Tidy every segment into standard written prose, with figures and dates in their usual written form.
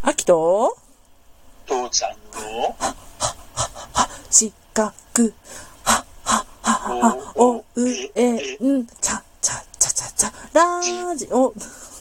あきと父ちゃんの四角おうえんちゃちゃちゃちゃちゃラジオ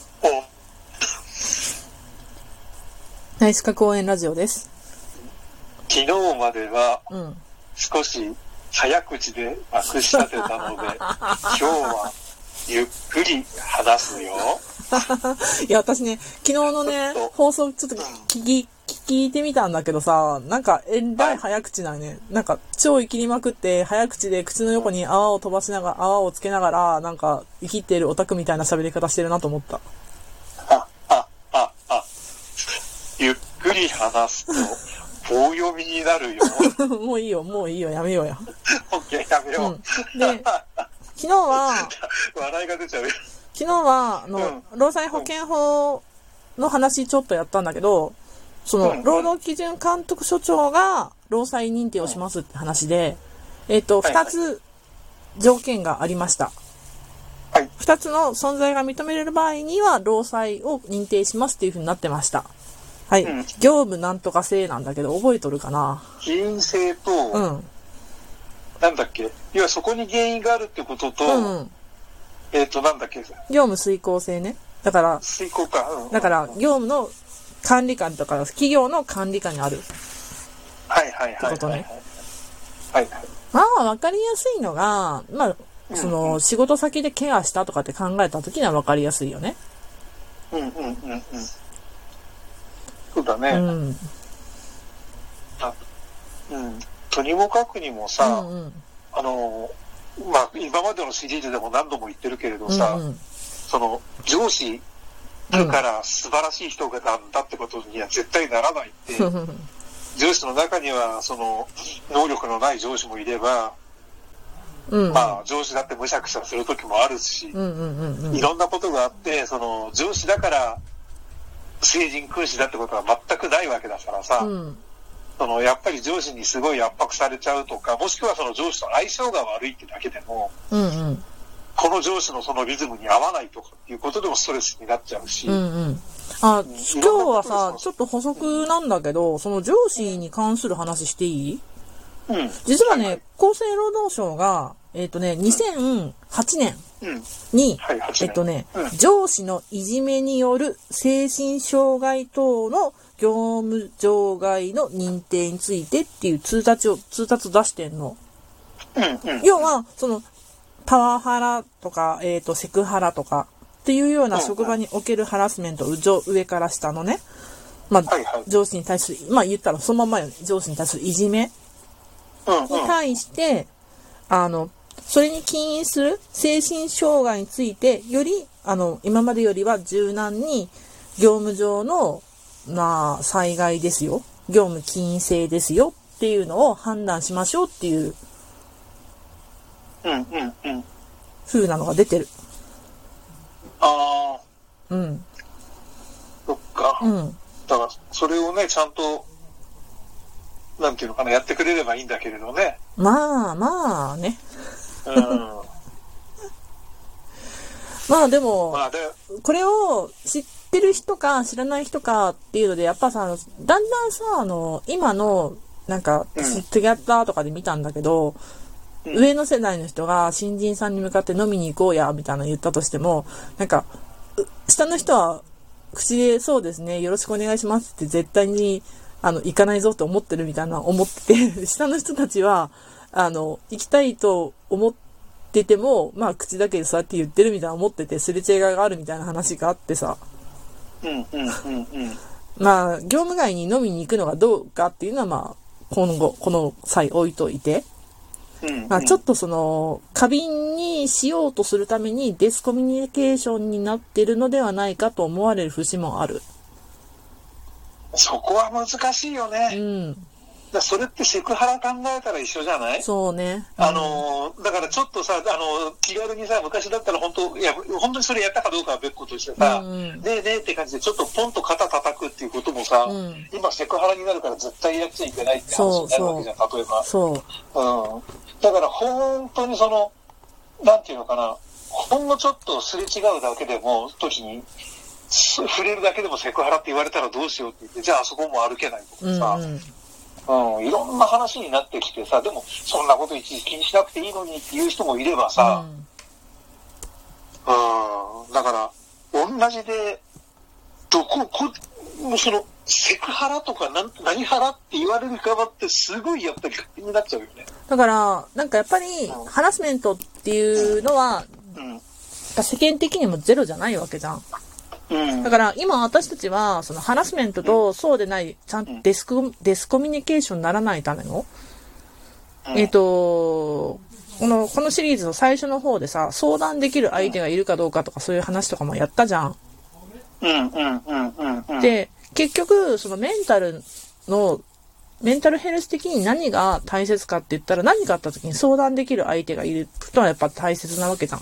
ナイス角応援ラジオです。 昨日までは少し早口でまくし立てたので今日はゆっくり話すよ。 いや私ね昨日のね放送ちょっと聞いてみたんだけどさ、なんかえらい早口なね、なんか超生きりまくって早口で口の横に泡を飛ばしながら泡をつけながらなんか生きっているオタクみたいな喋り方してるなと思った。 ゆっくり話すと棒読みになるよ。 もういいよやめようや。 オッケーやめよう。 で昨日は笑いが出ちゃうよ。 昨日は労災保険法の話ちょっとやったんだけど、その労働基準監督署長が労災認定をしますって話で、2つ条件がありました。 はい。 2つの存在が認められる場合には労災を認定しますっていう風になってました。はい。業務なんとか性なんだけど覚えとるかな。 起因性と、なんだっけ、要はそこに原因があるってことと、なんだっけ、 業務遂行性ね。だから遂行か、 だから業務の管理官とか企業の管理下にあるってことね。まあ分かりやすいのが、まあその仕事先でケアしたとかって考えた時には分かりやすいよね。 そうだね。とにもかくにもさ、まあ今までのシリーズでも何度も言ってるけれどさ、その上司だから素晴らしい人がなんだってことには絶対ならないって。上司の中にはその能力のない上司もいれば、まあ上司だってむしゃくしゃする時もあるし、いろんなことがあって、その上司だから聖人君子だってことは全くないわけだからさ、そのやっぱり上司にすごい圧迫されちゃうとか、もしくはその上司と相性が悪いってだけでも、この上司のそのリズムに合わないとかっていうことでもストレスになっちゃうし。今日はさ、ちょっと補足なんだけど、その上司に関する話していい？実はね、厚生労働省が、2008年に、上司のいじめによる精神障害等の業務障害の認定についてっていう通達出してんの。要は、その、パワハラとか、セクハラとかっていうような職場におけるハラスメント、上から下のね、まあ、上司に対する、まあ言ったらそのまま上司に対するいじめに対して、それに起因する精神障害について、より、今までよりは柔軟に業務上の、まあ、災害ですよ。業務起因性ですよっていうのを判断しましょうっていう、風なのが出てる。 そっか。だから、それをね、ちゃんと、なんていうのかな、やってくれればいいんだけれどね。 まあね。まあでも、これを知ってる人か知らない人かっていうので、やっぱさ、だんだんさ、今の、なんか、トゥギャッターとかで見たんだけど、上の世代の人が新人さんに向かって飲みに行こうや、みたいなの言ったとしても、なんか、下の人は、口でそうですね、よろしくお願いしますって絶対に、行かないぞって思ってるみたいな思ってて、下の人たちは、行きたいと思ってても、まあ口だけでそうやって言ってるみたいな思ってて、すれ違いがあるみたいな話があってさ。まあ、業務外に飲みに行くのがどうかっていうのはまあ、今後、この際置いといて。まあちょっとその、過敏にしようとするためにデスコミュニケーションになっているのではないかと思われる節もある。 そこは難しいよね。それってセクハラ考えたら一緒じゃない？ そうね。 だからちょっとさ、気軽にさ、昔だったら本当にそれやったかどうかは別個としてさ、ねえねえって感じでちょっとポンと肩叩くっていうこともさ、今セクハラになるから絶対やっちゃいけないって話になるわけじゃん、例えば。だから本当にその、なんていうのかな、ほんのちょっとすれ違うだけでも、時に、 触れるだけでもセクハラって言われたらどうしようって言って、じゃああそこも歩けないとかさ、いろんな話になってきてさ、でもそんなこと一時気にしなくていいのにっていう人もいればさ、だから同じでもうそのセクハラとか何ハラって言われる側ってすごいやっぱり勝手になっちゃうよね。 だからなんかやっぱりハラスメントっていうのは、世間的にもゼロじゃないわけじゃん。だから今私たちはそのハラスメントとそうでないちゃんとデスコミュニケーションにならないための、このシリーズの最初の方でさ、相談できる相手がいるかどうかとかそういう話とかもやったじゃん。で、結局そのメンタルヘルス的に何が大切かって言ったら、何かあった時に相談できる相手がいることはやっぱ大切なわけじゃん。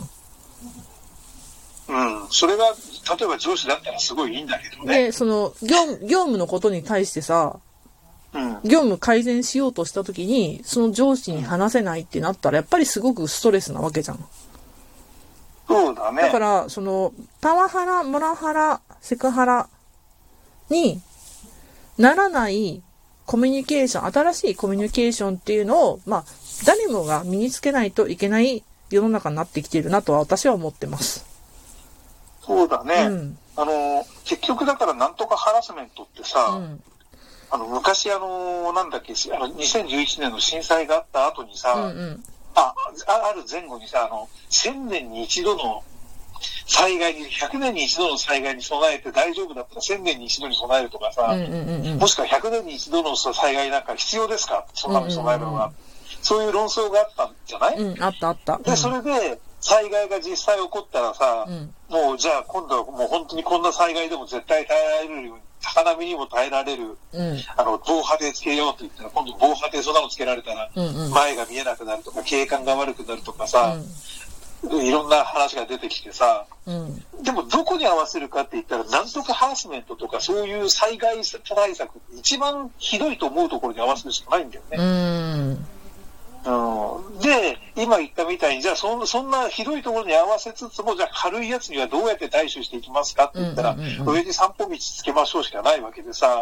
それが例えば上司だったらすごいいいんだけどね。 で、その業務のことに対してさ、業務改善しようとした時にその上司に話せないってなったらやっぱりすごくストレスなわけじゃん。 そうだね。 だからそのパワハラ、モラハラ、セクハラにならないコミュニケーション、新しいコミュニケーションっていうのを誰もが身につけないといけない世の中になってきているなとは私は思ってます。 そうだね。結局だからなんとかハラスメントってさ、昔なんだっけ、2011年の震災があった後にさ、ある前後にさ、1000年に一度の災害に、100年に一度の災害に備えて大丈夫だったら1000年に一度に備えるとかさ、もしくは100年に一度の災害なんか必要ですか、そんなのに備えるのは。そういう論争があったんじゃない？ あった。 で、それで、災害が実際起こったらさ、もうじゃあ今度はもう本当にこんな災害でも絶対耐えられるように、高波にも耐えられる、防波堤つけようって言ったら、今度防波堤そんなのつけられたら、前が見えなくなるとか、景観が悪くなるとかさ、いろんな話が出てきてさ、でもどこに合わせるかって言ったら、なんとかハラスメントとかそういう災害対策、一番ひどいと思うところに合わせるしかないんだよね。で、今言ったみたいに、じゃあそんなひどいところに合わせつつも、じゃあ軽いやつにはどうやって対処していきますかって言ったら、上に散歩道つけましょうしかないわけでさ、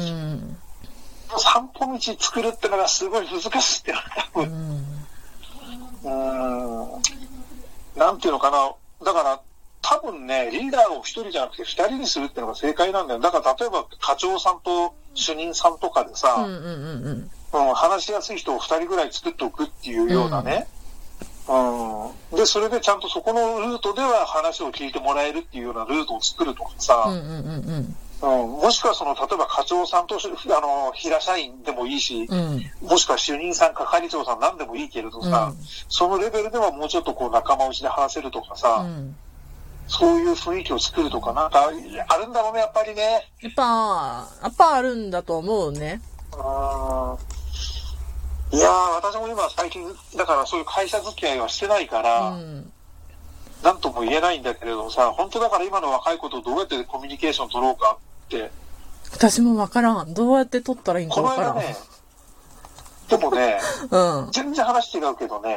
散歩道作るってのがすごい難しいって多分。なんていうのかな。だから、多分ね、リーダーを一人じゃなくて二人にするってのが正解なんだよ。だから例えば課長さんと主任さんとかでさ、話しやすい人を2人ぐらい作っておくっていうようなね、でそれでちゃんとそこのルートでは話を聞いてもらえるっていうようなルートを作るとかさ、もしくは例えば課長さんと平社員でもいいし、もしくは主任さん係長さんなんでもいいけれどさ、そのレベルではもうちょっとこう仲間内で話せるとかさ、そういう雰囲気を作るとかなんかあるんだろうね、やっぱりね。 やっぱあるんだと思うね。 いやー、私も今最近だからそういう会社付き合いはしてないから、なんとも言えないんだけれどさ、本当だから今の若い子とどうやってコミュニケーション取ろうかって。 私もわからん。どうやって取ったらいいんかわからん。 この間ね、でもね、全然話違うけどね、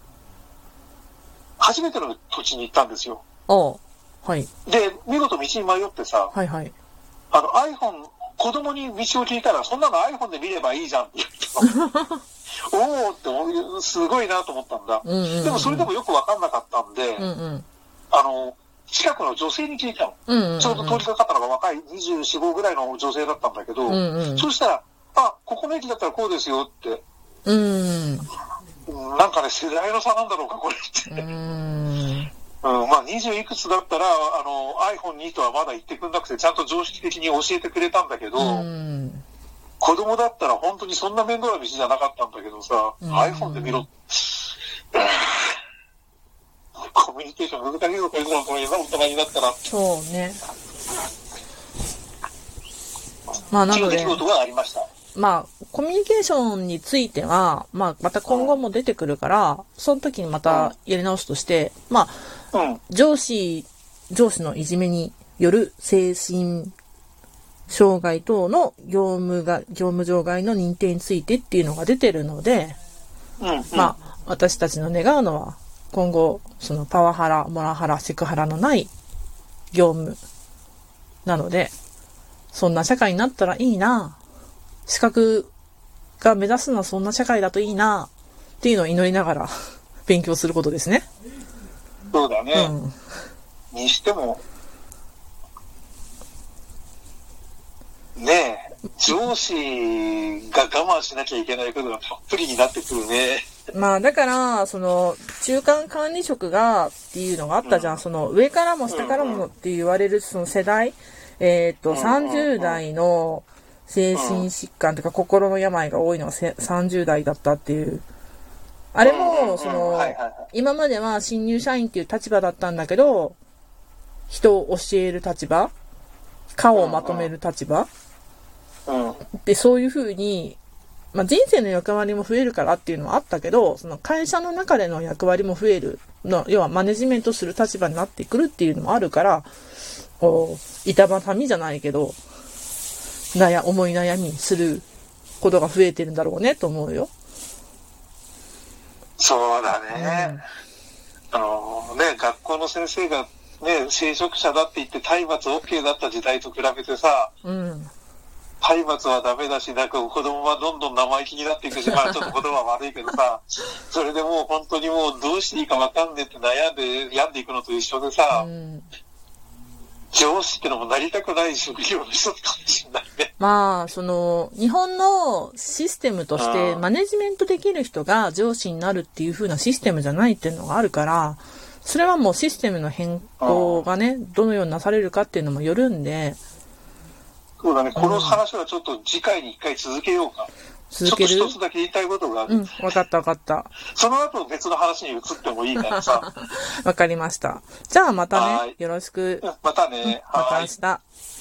初めての土地に行ったんですよ。 はい。で、 見事道に迷ってさ、 iPhone、 子供に道を聞いたら、そんなの iPhone で見ればいいじゃんって言ったの。おーって、すごいなと思ったんだ。でもそれでもよくわかんなかったんで、近くの女性に聞いたの。ちょうど通りかかったのが若い24、5ぐらいの女性だったんだけど、そしたら、ここの駅だったらこうですよって。なんかね、世代の差なんだろうか、これって。20いくつだったら、iPhone にとはまだ言ってくんなくて、ちゃんと常識的に教えてくれたんだけど、子供だったら本当にそんな面倒な道じゃなかったんだけどさ、iPhone で見ろ。コミュニケーション難しいぞ、これ大人になったら。 そうね。なので、 出来事がありました。 コミュニケーションについては、また今後も出てくるから、その時にまたやり直しとして、上司のいじめによる精神障害等の業務障害の認定についてっていうのが出てるので、私たちの願うのは、今後、そのパワハラ、モラハラ、セクハラのない業務なので、そんな社会になったらいいな。資格が目指すのはそんな社会だといいな。っていうのを祈りながら勉強することですね。 そうだね。にしても、ねえ、上司が我慢しなきゃいけないことがたっぷりになってくるね。 まあだから、その、中間管理職がっていうのがあったじゃん。その、上からも下からもって言われるその世代、30代の精神疾患とか心の病が多いのが30代だったっていう。あれも、その、今までは新入社員っていう立場だったんだけど、人を教える立場、課をまとめる立場、で、そういうふうに、まあ、人生の役割も増えるからっていうのはあったけど、その会社の中での役割も増えるの、要はマネジメントする立場になってくるっていうのもあるから、板挟みじゃないけど、思い悩みすることが増えてるんだろうねと思うよ。 そうだね。学校の先生がね、聖職者だって言って体罰 OK だった時代と比べてさ、体罰はダメだし、なんか子供はどんどん生意気になっていくし、まあちょっと言葉は悪いけどさ、それでもう本当にもうどうしていいか分かんねえって病んでいくのと一緒でさ、上司ってのもなりたくない職業の一つかもしれないね。 まあ、その、日本のシステムとして、マネジメントできる人が上司になるっていう風なシステムじゃないっていうのがあるから、それはもうシステムの変更がね、どのようになされるかっていうのもよるんで。 そうだね、この話はちょっと次回に一回続けようか。続ける？ちょっと一つだけ言いたいことがある。 わかったわかった。 その後別の話に移ってもいいからさ。 わかりました。じゃあまたね。よろしく。 またね。 また明日。